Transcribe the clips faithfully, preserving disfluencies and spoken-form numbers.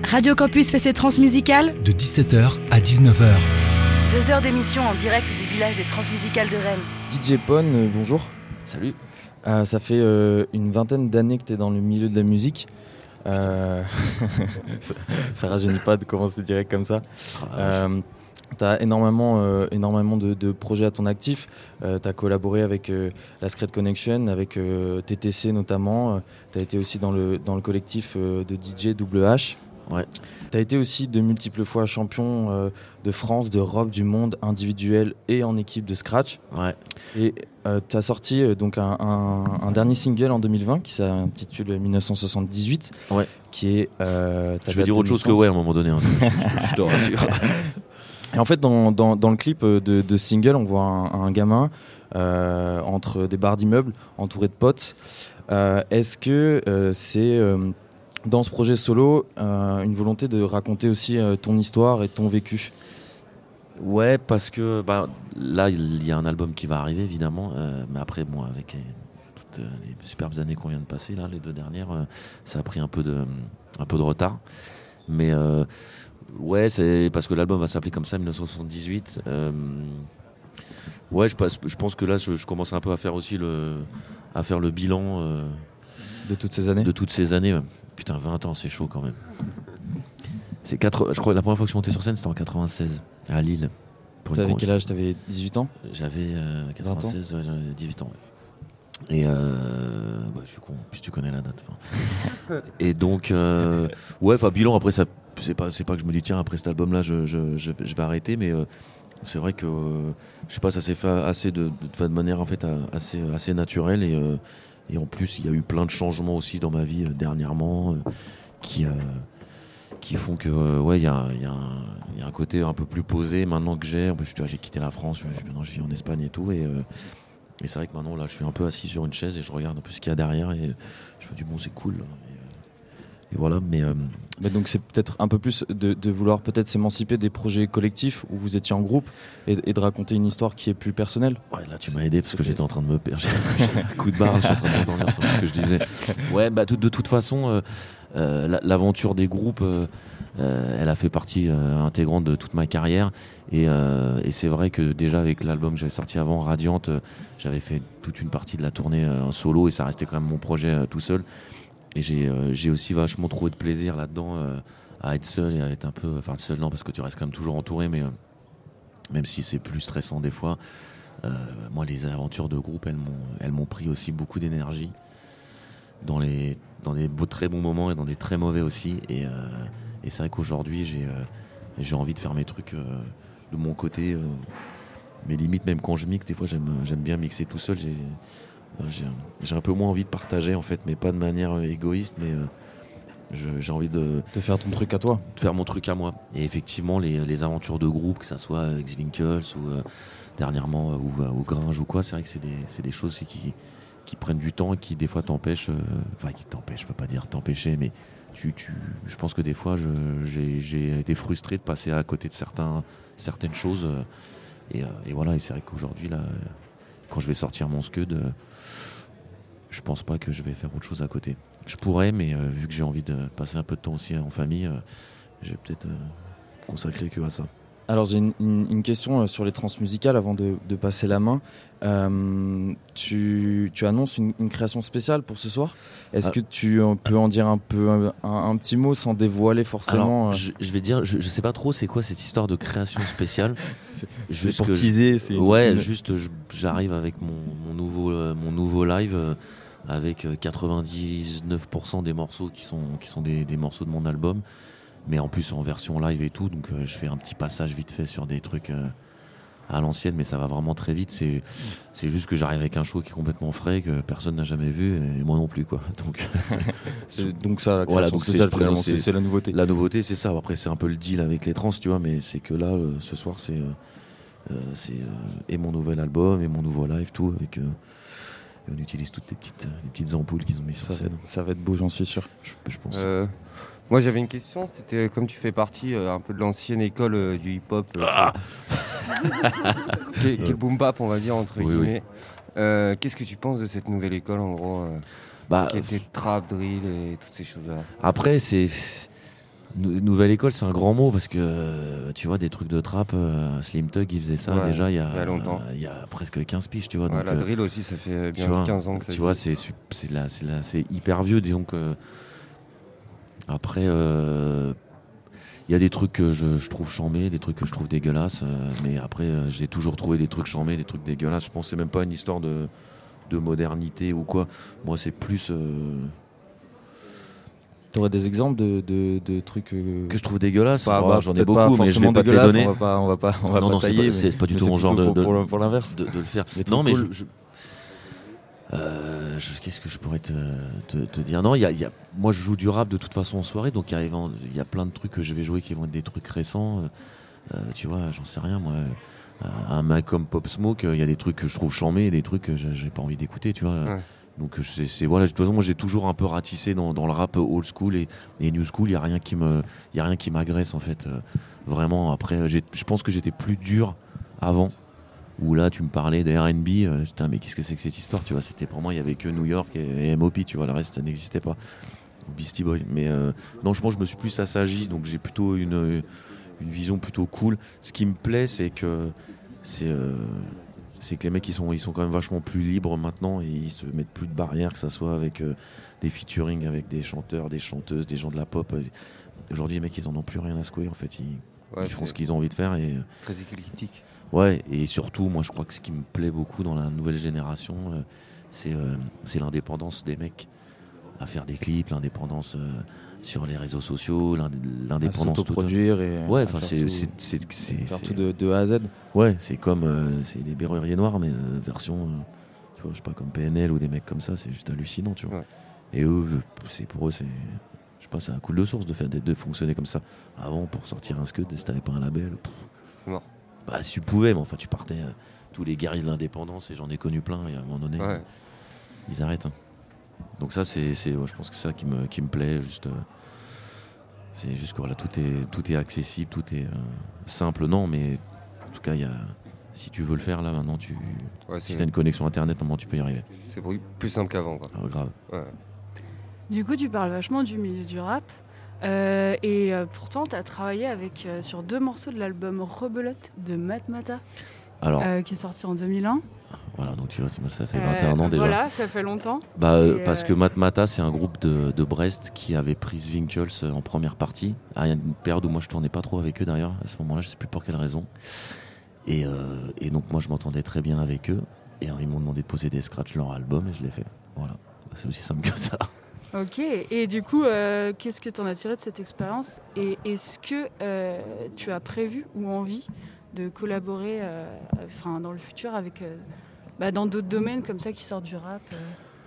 Radio Campus fait ses transmusicales de dix-sept heures à dix-neuf heures. Deux heures d'émission en direct du village des transmusicales de Rennes. D J Pon, euh, bonjour. Salut. Euh, ça fait euh, une vingtaine d'années que tu es dans le milieu de la musique. Euh... ça, ça rajeunit pas de commencer direct comme ça. Ah, euh, tu as énormément, euh, énormément de, de projets à ton actif. Euh, tu as collaboré avec euh, la Secret Connection, avec euh, T T C notamment. Euh, tu as été aussi dans le, dans le collectif euh, de D J W H. Ouais. Tu as été aussi de multiples fois champion euh, de France, d'Europe, du monde, individuel et en équipe de scratch. Ouais. Et euh, tu as sorti euh, donc un, un, un dernier single en deux mille vingt qui s'intitule dix-neuf cent soixante-dix-huit. Ouais. Qui est. Euh, ta Je vais date dire de autre chose que naissance. ouais à un moment donné. Hein. Je te rassure. Et en fait, dans, dans, dans le clip de, de single, on voit un, un gamin euh, entre des barres d'immeubles, entouré de potes. Euh, est-ce que euh, c'est. Euh, dans ce projet solo, euh, une volonté de raconter aussi euh, ton histoire et ton vécu? Ouais, parce que bah, là, il y a un album qui va arriver, évidemment. Euh, mais après, bon, avec les, toutes les superbes années qu'on vient de passer, là, les deux dernières, euh, ça a pris un peu de, un peu de retard. Mais euh, ouais, c'est parce que l'album va s'appeler comme ça, dix-neuf cent soixante-dix-huit. Euh, ouais, je, passe, je pense que là, je, je commence un peu à faire aussi le, à faire le bilan euh, de toutes ces années. De toutes ces années, ouais. Putain, vingt ans, c'est chaud quand même. C'est quatre... Je crois que la première fois que je suis monté sur scène, c'était en quatre-vingt-seize, à Lille. T'avais quel âge? T'avais dix-huit ans? J'avais euh, quatre-vingt-seize, ouais, j'avais dix-huit ans. Ouais. Et euh... bah, je suis con, puis tu connais la date. Et donc, euh... ouais, enfin, bilan, après, ça... c'est, pas, c'est pas que je me dis, tiens, après cet album-là, je, je, je, je vais arrêter, mais euh, c'est vrai que, euh, je sais pas, ça s'est fait assez de, de, de manière en fait, assez, assez naturelle. Et, euh, et en plus, il y a eu plein de changements aussi dans ma vie euh, dernièrement euh, qui, euh, qui font que, euh, ouais, il y a, y, a y a un côté un peu plus posé maintenant que j'ai. En plus, tu vois, j'ai quitté la France, maintenant je vis en Espagne et tout. Et, euh, et c'est vrai que maintenant, là, je suis un peu assis sur une chaise et je regarde un peu ce qu'il y a derrière. Et je me dis, bon, c'est cool. Et, et voilà, mais. Euh, Mais donc c'est peut-être un peu plus de, de vouloir peut-être s'émanciper des projets collectifs où vous étiez en groupe et, et de raconter une histoire qui est plus personnelle. Ouais, là tu m'as aidé parce que j'étais en train de me perdre. J'ai un coup de barre, j'étais en train de m'endormir sur ce que je disais. Ouais, bah de, de toute façon, euh, euh, l'aventure des groupes, euh, euh, elle a fait partie euh, intégrante de toute ma carrière. Et, euh, et c'est vrai que déjà avec l'album que j'avais sorti avant, Radiante, euh, j'avais fait toute une partie de la tournée euh, en solo et ça restait quand même mon projet euh, tout seul. Et j'ai, euh, j'ai aussi vachement trouvé de plaisir là-dedans euh, à être seul et à être un peu... Enfin, seul, non, parce que tu restes quand même toujours entouré, mais euh, même si c'est plus stressant des fois, euh, moi, les aventures de groupe, elles m'ont, elles m'ont pris aussi beaucoup d'énergie dans, les, dans des beaux, très bons moments et dans des très mauvais aussi. Et, euh, et c'est vrai qu'aujourd'hui, j'ai, euh, j'ai envie de faire mes trucs euh, de mon côté. Euh, mes limites, même quand je mixe, des fois, j'aime, j'aime bien mixer tout seul. J'ai... J'ai, j'ai un peu moins envie de partager en fait, mais pas de manière euh, égoïste, mais euh, je, j'ai envie de, de faire ton truc à toi, de faire mon truc à moi. Et effectivement, les, les aventures de groupe, que ça soit X-Winkles ou euh, dernièrement euh, ou, euh, ou Gringe ou quoi, c'est vrai que c'est des, c'est des choses qui, qui prennent du temps et qui des fois t'empêchent, euh, enfin qui t'empêchent, je peux pas dire t'empêcher, mais tu, tu, je pense que des fois je, j'ai, j'ai été frustré de passer à côté de certains, certaines choses. Euh, et, euh, et voilà, et c'est vrai qu'aujourd'hui, là, quand je vais sortir mon Scud, euh, je pense pas que je vais faire autre chose à côté. Je pourrais, mais euh, vu que j'ai envie de passer un peu de temps aussi en famille, euh, j'ai peut-être euh, consacré que à ça. Alors j'ai une, une, une question sur les transmusicales avant de, de passer la main. Euh, tu, tu annonces une, une création spéciale pour ce soir. Est-ce ah. que tu peux en dire un peu un, un petit mot sans dévoiler forcément? Alors, je, je vais dire, je, je sais pas trop c'est quoi cette histoire de création spéciale. c'est, c'est pour teaser. C'est ouais, une... juste je, j'arrive avec mon, mon, nouveau, euh, mon nouveau live euh, avec quatre-vingt-dix-neuf pour cent des morceaux qui sont, qui sont des, des morceaux de mon album. Mais en plus en version live et tout, donc euh, je fais un petit passage vite fait sur des trucs euh, à l'ancienne, mais ça va vraiment très vite. C'est, c'est juste que j'arrive avec un show qui est complètement frais, que personne n'a jamais vu, et moi non plus, quoi. Donc, c'est donc ça, la création voilà, donc spéciale, c'est, c'est, c'est la nouveauté. La nouveauté, c'est ça. Après, c'est un peu le deal avec les trans, tu vois, mais c'est que là, euh, ce soir, c'est, euh, c'est euh, et mon nouvel album, et mon nouveau live, tout, avec... Euh, et on utilise toutes les petites, les petites ampoules qu'ils ont mis sur ça, scène. Ça va être beau, j'en suis sûr. Je, je pense. Euh... Moi j'avais une question, c'était comme tu fais partie euh, un peu de l'ancienne école euh, du hip-hop, euh, ah qui est le boom bap on va dire entre oui, guillemets. Oui. Euh, qu'est-ce que tu penses de cette nouvelle école en gros, euh, bah, qui était trap, drill et toutes ces choses-là? Après c'est Nou- Nouvelle école, c'est un grand mot parce que euh, tu vois, des trucs de trap, euh, Slim Tug, il faisait ça Ouais, déjà il y a, il y a longtemps. euh, il y a presque quinze piges, tu vois. Ouais, donc, la euh, drill aussi, ça fait tu bien vois, quinze ans que ça tu vois, existe. c'est, su- c'est, là, c'est, là, c'est hyper vieux, disons que. Après, euh, il y a des trucs que je, je trouve chambés, des trucs que je trouve dégueulasses, euh, mais après, euh, j'ai toujours trouvé des trucs chambés, des trucs dégueulasses. Je pense que c'est même pas une histoire de, de modernité ou quoi. Moi, c'est plus. euh, T'aurais des exemples de, de, de trucs euh, que je trouve dégueulasses. pas- Oh, bah, j'en ai peut-être beaucoup, pas mais je forcément vais pas te les dégueulasses, donner. On va pas, on va pas, on va Non, pas non, c'est tailler, pas- c'est mais- pas du mais tout c'est mon genre plutôt de- pour, de- pour, pour l'inverse. de, de le faire. Des Non, trucs mais cool. je, je- euh, je- qu'est-ce que je pourrais te, te, te dire? Non, il y a, il y a- moi je joue du rap de toute façon en soirée, donc il y, a, il y a plein de trucs que je vais jouer qui vont être des trucs récents. Euh, tu vois, j'en sais rien, moi. Euh, Un mec comme Pop Smoke, euh, il y a des trucs que je trouve charmés et des trucs que j'ai j'ai pas envie d'écouter, tu vois. Ouais. Donc euh, c'est, c'est voilà, de toute façon moi j'ai toujours un peu ratissé dans, dans le rap old school et, et new school. Il y a rien qui me, il y a rien qui m'agresse en fait. Euh, vraiment. Après, j'ai- je pense que j'étais plus dur avant. Où là tu me parlais des R and B, euh, putain mais qu'est-ce que c'est que cette histoire, tu vois. C'était pour moi il y avait que New York et, et M O P, tu vois. Le reste ça n'existait pas. Beastie Boy. Mais euh, non, je pense que je me suis plus assagi, donc j'ai plutôt une une vision plutôt cool. Ce qui me plaît, c'est que c'est euh, c'est que les mecs ils sont ils sont quand même vachement plus libres maintenant et ils se mettent plus de barrières, que ça soit avec euh, des featuring avec des chanteurs, des chanteuses, des gens de la pop. Aujourd'hui les mecs ils en ont plus rien à secouer en fait, ils, Ouais, ils font c'est ce qu'ils ont envie de faire et très éclectique. ouais, et surtout moi je crois que ce qui me plaît beaucoup dans la nouvelle génération euh, c'est euh, c'est l'indépendance des mecs à faire des clips, l'indépendance euh, sur les réseaux sociaux, l'indé- À l'indépendance totale. s'autoproduire et Ouais, à enfin faire c'est tout- c'est c'est c'est- faire c'est- tout de, de A à Z. ouais, c'est comme euh, c'est des Berruriers Noirs mais euh, version euh, tu vois, je sais pas, comme P N L ou des mecs comme ça, c'est juste hallucinant, tu vois. Ouais. Et eux c'est pour eux c'est je sais pas, c'est un coup de source de faire de, de fonctionner comme ça. Avant pour sortir un scud, si t'avais pas un label, pff, C'est mort. bah si tu pouvais, mais enfin tu partais euh, tous les guerriers de l'indépendance et j'en ai connu plein et à un moment donné Ouais. ils arrêtent. hein. Donc ça c'est, c'est ouais, je pense que c'est ça qui me, qui me plaît juste euh, c'est juste que voilà, tout est tout est accessible, tout est euh, simple, non, mais en tout cas il y a, si tu veux le faire là maintenant, tu Ouais, si c'est t'as une connexion internet, normalement tu peux y arriver. c'est plus plus simple qu'avant, quoi. Ah, grave. Ouais. Du coup, tu parles vachement du milieu du rap. euh, et euh, pourtant, tu as travaillé avec, euh, sur deux morceaux de l'album Rebelote de Matmata, Alors euh, qui est sorti en deux mille un. voilà, donc tu vois, c'est- ça fait Euh, vingt et un ans déjà. Voilà, ça fait longtemps. Bah, euh, Et, parce euh, que Matmata, c'est un groupe de, de Brest qui avait pris Zwinkels euh, en première partie. Ah, il y a une période où moi je tournais pas trop avec eux d'ailleurs, à ce moment-là, je sais plus pour quelle raison. Et, euh, et donc moi je m'entendais très bien avec eux. Et euh, ils m'ont demandé de poser des scratchs leur album et je l'ai fait. Voilà, c'est aussi simple que ça. Ok, et du coup, euh, qu'est-ce que tu en as tiré de cette expérience? Et est-ce que euh, tu as prévu ou envie de collaborer euh, enfin, dans le futur avec, euh, bah, dans d'autres domaines comme ça qui sortent du rap euh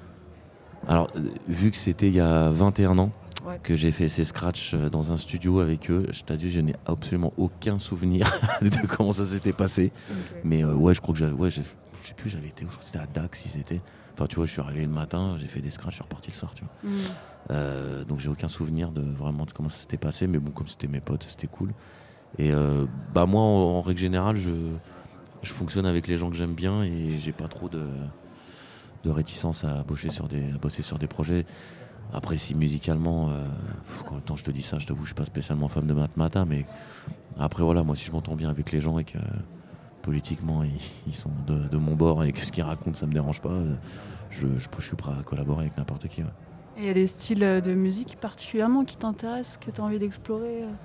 Alors, euh, vu que c'était il y a vingt et un ans Ouais. que j'ai fait ces scratchs euh, dans un studio avec eux, je t'avoue, je n'ai absolument aucun souvenir de comment ça s'était passé. Ok. Mais euh, ouais, je crois que j'avais. Ouais, j'ai- je sais plus, j'avais été où, je crois que c'était à Dax, si c'était. Enfin, tu vois, je suis arrivé le matin, j'ai fait des scratchs, je suis reparti le soir, tu vois. Mm. Euh, donc j'ai aucun souvenir de vraiment de comment ça s'était passé, mais bon, comme c'était mes potes, c'était cool. Et euh, bah moi, en, en règle générale, je, je fonctionne avec les gens que j'aime bien et j'ai pas trop de, de réticence à bosser sur des, à bosser sur des projets. Après, si musicalement, euh, pff, en même temps je te dis ça, je t'avoue, je suis pas spécialement fan de Matmata, mais après voilà, moi si je m'entends bien avec les gens et que politiquement ils, ils sont de, de mon bord et que ce qu'ils racontent ça me dérange pas, euh, je, je, je suis prêt à collaborer avec n'importe qui. Ouais. Et il y a des styles euh, de musique particulièrement qui t'intéressent, que tu as envie d'explorer euh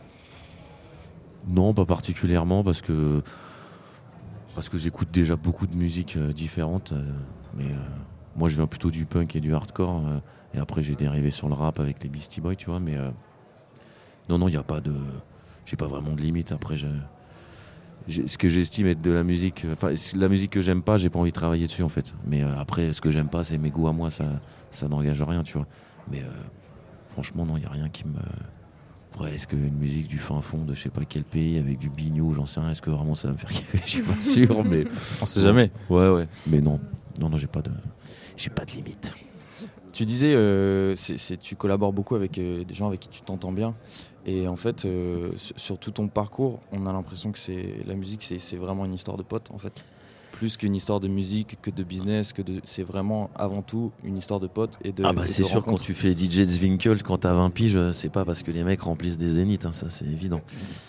Non, pas particulièrement parce que parce que j'écoute déjà beaucoup de musiques euh, différentes, euh, mais euh, moi je viens plutôt du punk et du hardcore, euh, et après j'ai dérivé sur le rap avec les Beastie Boys, tu vois, mais euh, non non, il y a pas de, j'ai pas vraiment de limite. Après, je, j'ai- ce que j'estime être de la musique, enfin euh, la musique que j'aime pas, j'ai pas envie de travailler dessus en fait. Mais euh, après, ce que j'aime pas, c'est mes goûts à moi, ça ça n'engage rien, tu vois. Mais euh, franchement, non, il y a rien qui me. Ouais, est-ce qu'une musique du fin fond de je sais pas quel pays avec du bignou, j'en sais rien, est-ce que vraiment ça va me faire kiffer? Je suis pas sûr, mais. On sait jamais. Ouais, ouais. Mais non, non, non, j'ai pas de, j'ai pas de limite. Tu disais, euh, c'est, c'est- tu collabores beaucoup avec euh, des gens avec qui tu t'entends bien. Et en fait, euh, sur, sur tout ton parcours, on a l'impression que c'est, la musique, c'est, c'est vraiment une histoire de potes, en fait. plus qu'une histoire de musique, que de business, que de... c'est vraiment avant tout une histoire de potes et de Ah bah et c'est de sûr, rencontres. quand tu fais D J Zwinkels quand t'as vingt piges, c'est pas parce que les mecs remplissent des zéniths, hein, ça c'est évident.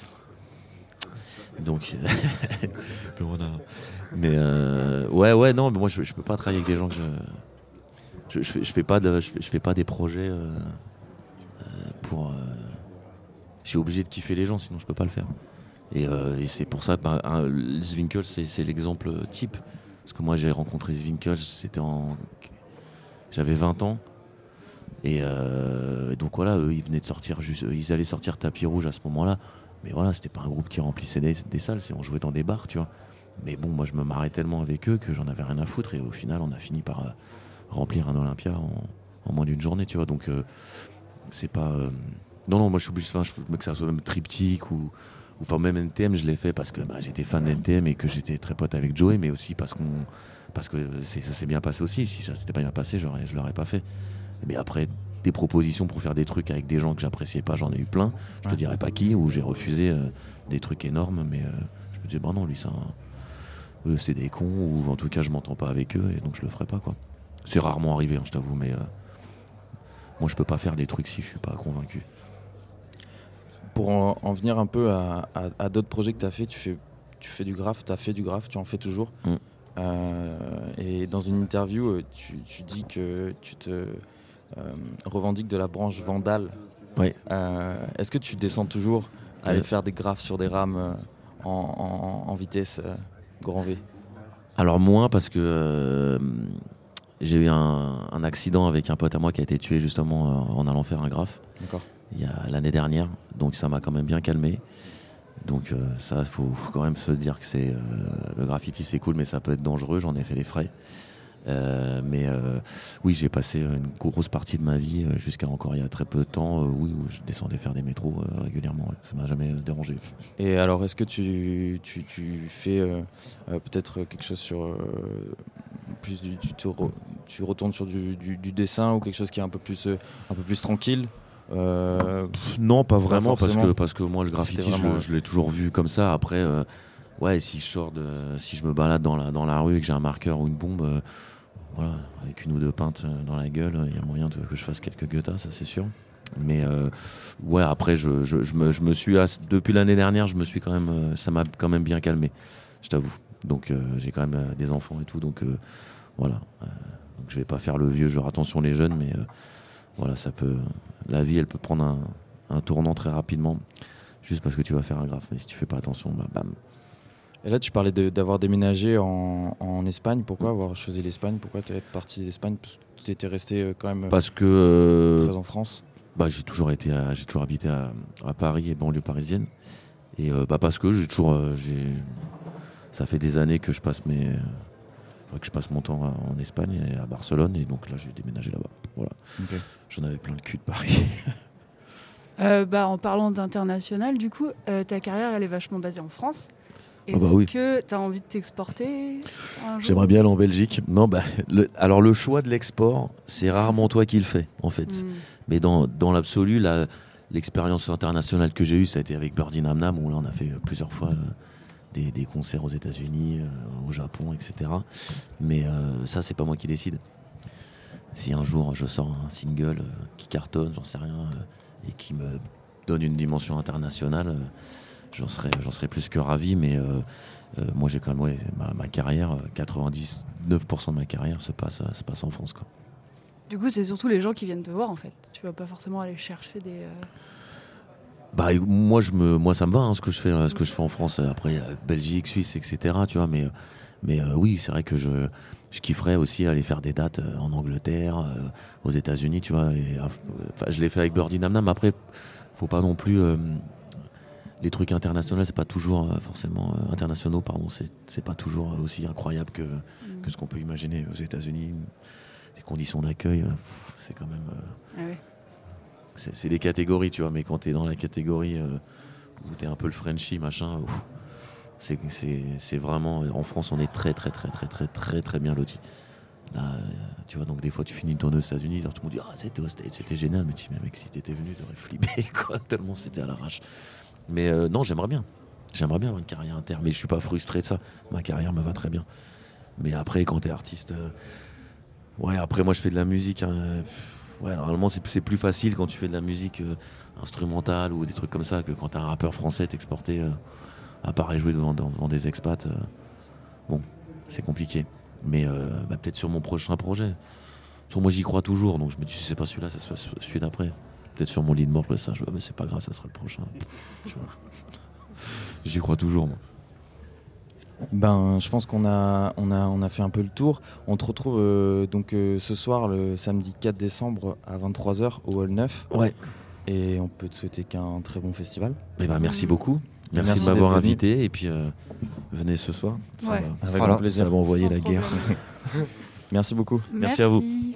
Donc, voilà. Mais euh, ouais, ouais, non, mais moi je, je peux pas travailler avec des gens que je. Je, je, fais, je fais pas de, je fais, je fais pas des projets euh, euh, pour. Euh, je suis obligé de kiffer les gens, sinon je peux pas le faire. Et, euh, et c'est pour ça que bah, un, Zwinkels, c'est, c'est l'exemple type. Parce que moi j'ai rencontré Zwinkels, c'était en. J'avais vingt ans. Et, euh, et donc voilà, eux ils venaient de sortir, juste, ils allaient sortir Tapis Rouge à ce moment-là. Mais voilà, c'était pas un groupe qui remplissait des, des salles, c'est on jouait dans des bars, tu vois. Mais bon, moi je me marrais tellement avec eux que j'en avais rien à foutre et au final on a fini par euh, remplir un Olympia en, en moins d'une journée, tu vois. Donc euh, c'est pas. Euh... Non, non, moi je suis obligé, enfin, je veux que ça soit même Triptyque ou. Enfin, même N T M, je l'ai fait parce que bah, j'étais fan d'N T M et que j'étais très pote avec Joey, mais aussi parce, qu'on, parce que c'est, ça s'est bien passé aussi. Si ça s'était pas bien passé, je ne l'aurais pas fait. Mais après, des propositions pour faire des trucs avec des gens que j'appréciais pas, j'en ai eu plein. Je te dirais pas qui, ou j'ai refusé euh, des trucs énormes, mais euh, je me disais, bah non, lui, c'est, un... eux, c'est des cons, ou en tout cas, je m'entends pas avec eux, et donc je le ferai pas, quoi. C'est rarement arrivé, hein, je t'avoue, mais euh, moi, je peux pas faire des trucs si je suis pas convaincu. Pour en, en venir un peu à, à, à d'autres projets que tu as fait, tu fais, tu fais du graphe, tu as fait du graphe, tu en fais toujours. Mm. Euh, et dans une interview, tu, tu dis que tu te euh, revendiques de la branche Vandal. Oui. Euh, est-ce que tu descends toujours à aller Ouais. faire des graphes sur des rames euh, en, en, en vitesse euh, grand V? Alors moins parce que euh, j'ai eu un, un accident avec un pote à moi qui a été tué justement euh, en allant faire un graphe. D'accord. Il y a l'année dernière, donc ça m'a quand même bien calmé. Donc euh, ça, il faut, faut quand même se dire que c'est euh, le graffiti c'est cool, mais ça peut être dangereux, j'en ai fait les frais. Euh, mais euh, oui, j'ai passé une grosse partie de ma vie, euh, jusqu'à encore il y a très peu de temps, euh, oui, où je descendais faire des métros euh, régulièrement, ouais. Ça m'a jamais euh, dérangé. Et alors, est-ce que tu, tu, tu fais euh, euh, peut-être quelque chose sur... Euh, plus du, tu, te re, tu retournes sur du, du, du dessin ou quelque chose qui est un peu plus, euh, un peu plus tranquille? Euh, Non, pas vraiment, pas parce que, parce que moi, le graffiti, C'était vraiment, je, je l'ai toujours vu comme ça. Après, euh, ouais, si je sors de, si je me balade dans la, dans la rue et que j'ai un marqueur ou une bombe, euh, voilà, avec une ou deux pintes dans la gueule, il y a moyen de, que je fasse quelques guettas, ça c'est sûr. Mais euh, ouais, après, je, je, je, me, je me suis, depuis l'année dernière, je me suis quand même, ça m'a quand même bien calmé, je t'avoue. Donc euh, j'ai quand même euh, des enfants et tout, donc euh, voilà. Euh, donc je vais pas faire le vieux, genre attention les jeunes, mais euh, voilà, ça peut, la vie, elle peut prendre un, un tournant très rapidement, juste parce que tu vas faire un graphe. Mais si tu fais pas attention, bah, bam. Et là, tu parlais de, d'avoir déménagé en, en Espagne. Pourquoi avoir choisi l'Espagne? Pourquoi tu es parti d'Espagne? Parce que tu étais resté quand même Parce que euh, très en France. Bah, j'ai toujours été, à, j'ai toujours habité à, à Paris et banlieue parisienne. Et euh, bah, parce que j'ai toujours, euh, j'ai, ça fait des années que je passe mes, que je passe mon temps en Espagne et à Barcelone, et donc là j'ai déménagé là-bas. Voilà. Okay. J'en avais plein le cul de Paris. Euh, bah, en parlant d'international, du coup, euh, ta carrière, elle est vachement basée en France. Est-ce Ah bah oui. que tu as envie de t'exporter un jour? J'aimerais bien aller en Belgique. Non, bah, le, alors le choix de l'export, c'est rarement toi qui le fais, en fait. Mm. Mais dans, dans l'absolu, la, l'expérience internationale que j'ai eue, ça a été avec Birdie Nam Nam, où là on a fait plusieurs fois euh, des, des concerts aux États-Unis, euh, au Japon, et cetera. Mais euh, ça, c'est pas moi qui décide. Si un jour je sors un single euh, qui cartonne, j'en sais rien, euh, et qui me donne une dimension internationale, euh, j'en serais, j'en serais plus que ravi. Mais euh, euh, moi, j'ai quand même, ouais, ma, ma carrière, quatre-vingt-dix-neuf pour cent de ma carrière se passe, se passe en France, quoi. Du coup, c'est surtout les gens qui viennent te voir, en fait. Tu vas pas forcément aller chercher des... Euh... Bah, moi, je me, moi, ça me va, hein, ce que je fais, ce que je fais en France. Après, euh, Belgique, Suisse, et cetera. Tu vois, mais, mais euh, oui, c'est vrai que je, je kifferais aussi aller faire des dates euh, en Angleterre, euh, aux États-Unis, tu vois. Et, euh, je l'ai fait avec Birdie Nam Nam. Après, faut pas non plus. Euh, les trucs internationaux, c'est pas toujours euh, forcément euh, internationaux, pardon. C'est, c'est pas toujours aussi incroyable que, mm. que ce qu'on peut imaginer aux États-Unis. Les conditions d'accueil, euh, pff, c'est quand même. Euh, ah ouais. C'est, c'est des catégories, tu vois, mais quand t'es dans la catégorie euh, où t'es un peu le Frenchie, machin, ouf, c'est, c'est, c'est vraiment... En France, on est très, très, très, très, très, très, très bien lotis. Là, euh, tu vois, donc des fois, tu finis une tournée aux États-Unis, tout le monde dit « Ah, c'était au States, c'était génial », mais tu dis « Mais mec, si t'étais venu, t'aurais flippé, quoi, tellement c'était à l'arrache. » Mais euh, non, j'aimerais bien. J'aimerais bien avoir une carrière inter, mais je suis pas frustré de ça. Ma carrière me va très bien. Mais après, quand t'es artiste, euh, ouais, après moi je fais de la musique. Hein, ouais, normalement c'est, c'est plus facile quand tu fais de la musique euh, instrumentale ou des trucs comme ça que quand t'es un rappeur français t'exporter euh, à part et jouer devant, devant des expats. Euh, bon, c'est compliqué. Mais euh, bah, peut-être sur mon prochain projet. Sur moi j'y crois toujours, donc je me dis si c'est pas celui-là, ça sera celui d'après. Peut-être sur mon lit de mort, le singe, ouais, mais c'est pas grave, ça sera le prochain. J'y crois toujours, moi. Ben, je pense qu'on a, on a, on a fait un peu le tour. On te retrouve euh, donc euh, ce soir, le samedi quatre décembre à vingt-trois heures au Hall neuf. Ouais. Et on peut te souhaiter qu'un très bon festival. Et ben, merci beaucoup. Merci, Merci de m'avoir d'être venu. invité. Et puis, euh, venez ce soir. Ça Ouais. va, Avec ça grand va- plaisir. Ça va envoyer Sans la guerre. problème. Merci beaucoup. Merci à vous. Merci.